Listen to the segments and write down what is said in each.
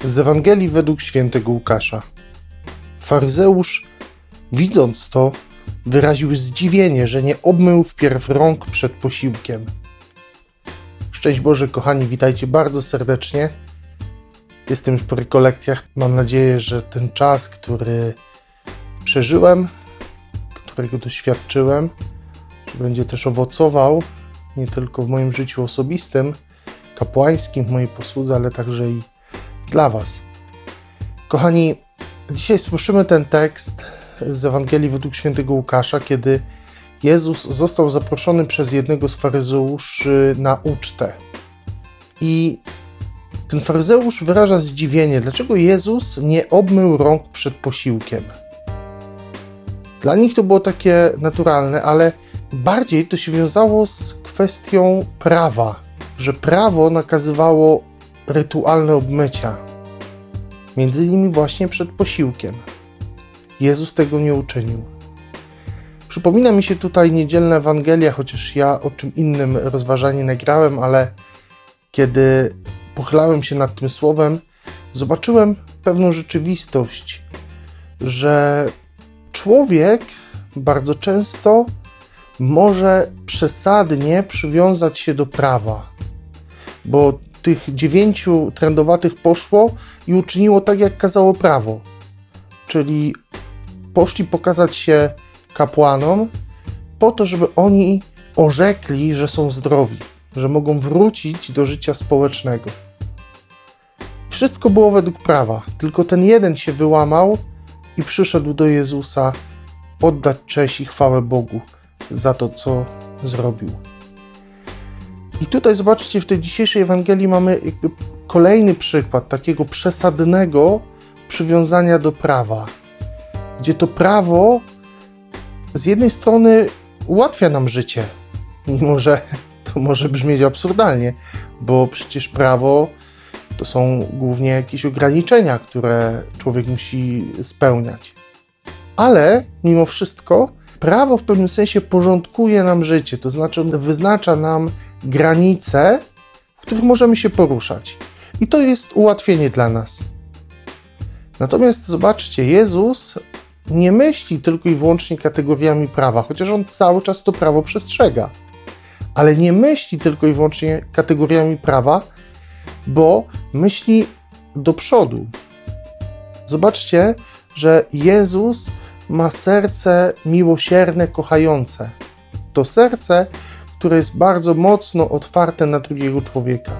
Z Ewangelii według świętego Łukasza. Faryzeusz, widząc to, wyraził zdziwienie, że nie obmył wpierw rąk przed posiłkiem. Szczęść Boże, kochani, witajcie bardzo serdecznie. Jestem już po rekolekcjach. Mam nadzieję, że ten czas, który przeżyłem, którego doświadczyłem, że będzie też owocował nie tylko w moim życiu osobistym, kapłańskim, w mojej posłudze, ale także i dla Was. Kochani, dzisiaj słyszymy ten tekst z Ewangelii według świętego Łukasza, kiedy Jezus został zaproszony przez jednego z faryzeuszy na ucztę. I ten faryzeusz wyraża zdziwienie, dlaczego Jezus nie obmył rąk przed posiłkiem. Dla nich to było takie naturalne, ale bardziej to się wiązało z kwestią prawa, że prawo nakazywało rytualne obmycia, między innymi właśnie przed posiłkiem. Jezus tego nie uczynił. Przypomina mi się tutaj niedzielna Ewangelia, chociaż ja o czym innym rozważanie nagrałem, ale kiedy pochylałem się nad tym słowem, zobaczyłem pewną rzeczywistość, że człowiek bardzo często może przesadnie przywiązać się do prawa, bo tych 9 trędowatych poszło i uczyniło tak, jak kazało prawo. Czyli poszli pokazać się kapłanom po to, żeby oni orzekli, że są zdrowi, że mogą wrócić do życia społecznego. Wszystko było według prawa, tylko ten jeden się wyłamał i przyszedł do Jezusa oddać cześć i chwałę Bogu za to, co zrobił. I tutaj zobaczcie, w tej dzisiejszej Ewangelii mamy jakby kolejny przykład takiego przesadnego przywiązania do prawa, gdzie to prawo z jednej strony ułatwia nam życie, mimo że to może brzmieć absurdalnie, bo przecież prawo to są głównie jakieś ograniczenia, które człowiek musi spełniać. Ale mimo wszystko prawo w pewnym sensie porządkuje nam życie, to znaczy wyznacza nam granice, w których możemy się poruszać. I to jest ułatwienie dla nas. Natomiast zobaczcie, Jezus nie myśli tylko i wyłącznie kategoriami prawa, chociaż On cały czas to prawo przestrzega. Ale nie myśli tylko i wyłącznie kategoriami prawa, bo myśli do przodu. Zobaczcie, że Jezus ma serce miłosierne, kochające. To serce, które jest bardzo mocno otwarte na drugiego człowieka.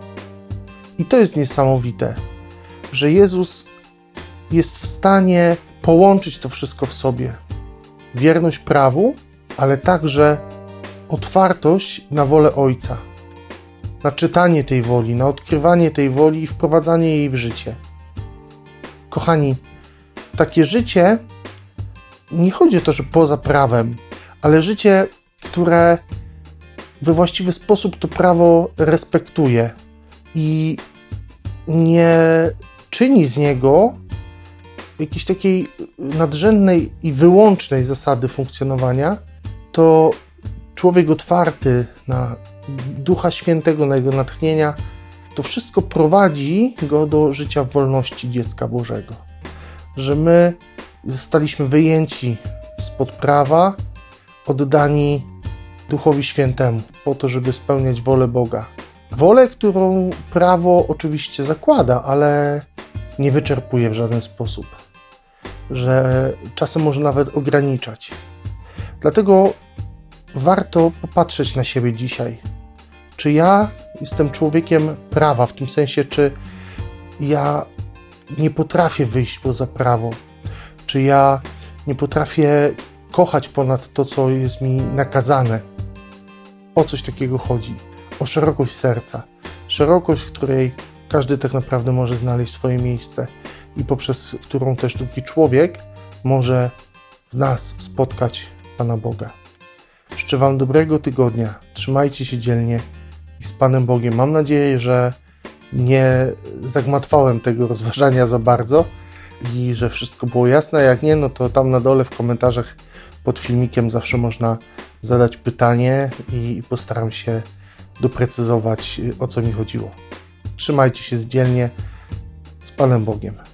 I to jest niesamowite, że Jezus jest w stanie połączyć to wszystko w sobie. Wierność prawu, ale także otwartość na wolę Ojca. Na czytanie tej woli, na odkrywanie tej woli i wprowadzanie jej w życie. Kochani, takie życie nie chodzi o to, że poza prawem, ale życie, które we właściwy sposób to prawo respektuje i nie czyni z niego jakiejś takiej nadrzędnej i wyłącznej zasady funkcjonowania, to człowiek otwarty na Ducha Świętego, na Jego natchnienia, to wszystko prowadzi go do życia w wolności dziecka Bożego. Że my zostaliśmy wyjęci spod prawa, oddani Duchowi Świętemu po to, żeby spełniać wolę Boga. Wolę, którą prawo oczywiście zakłada, ale nie wyczerpuje w żaden sposób. Że czasem może nawet ograniczać. Dlatego warto popatrzeć na siebie dzisiaj. Czy ja jestem człowiekiem prawa, w tym sensie, czy ja nie potrafię wyjść poza prawo? Czy ja nie potrafię kochać ponad to, co jest mi nakazane? O coś takiego chodzi. O szerokość serca. Szerokość, w której każdy tak naprawdę może znaleźć swoje miejsce i poprzez którą też drugi człowiek może w nas spotkać Pana Boga. Życzę Wam dobrego tygodnia. Trzymajcie się dzielnie i z Panem Bogiem. Mam nadzieję, że nie zagmatwałem tego rozważania za bardzo i że wszystko było jasne. Jak nie, no to tam na dole w komentarzach pod filmikiem zawsze można zadać pytanie i postaram się doprecyzować, o co mi chodziło. Trzymajcie się dzielnie. z Panem Bogiem.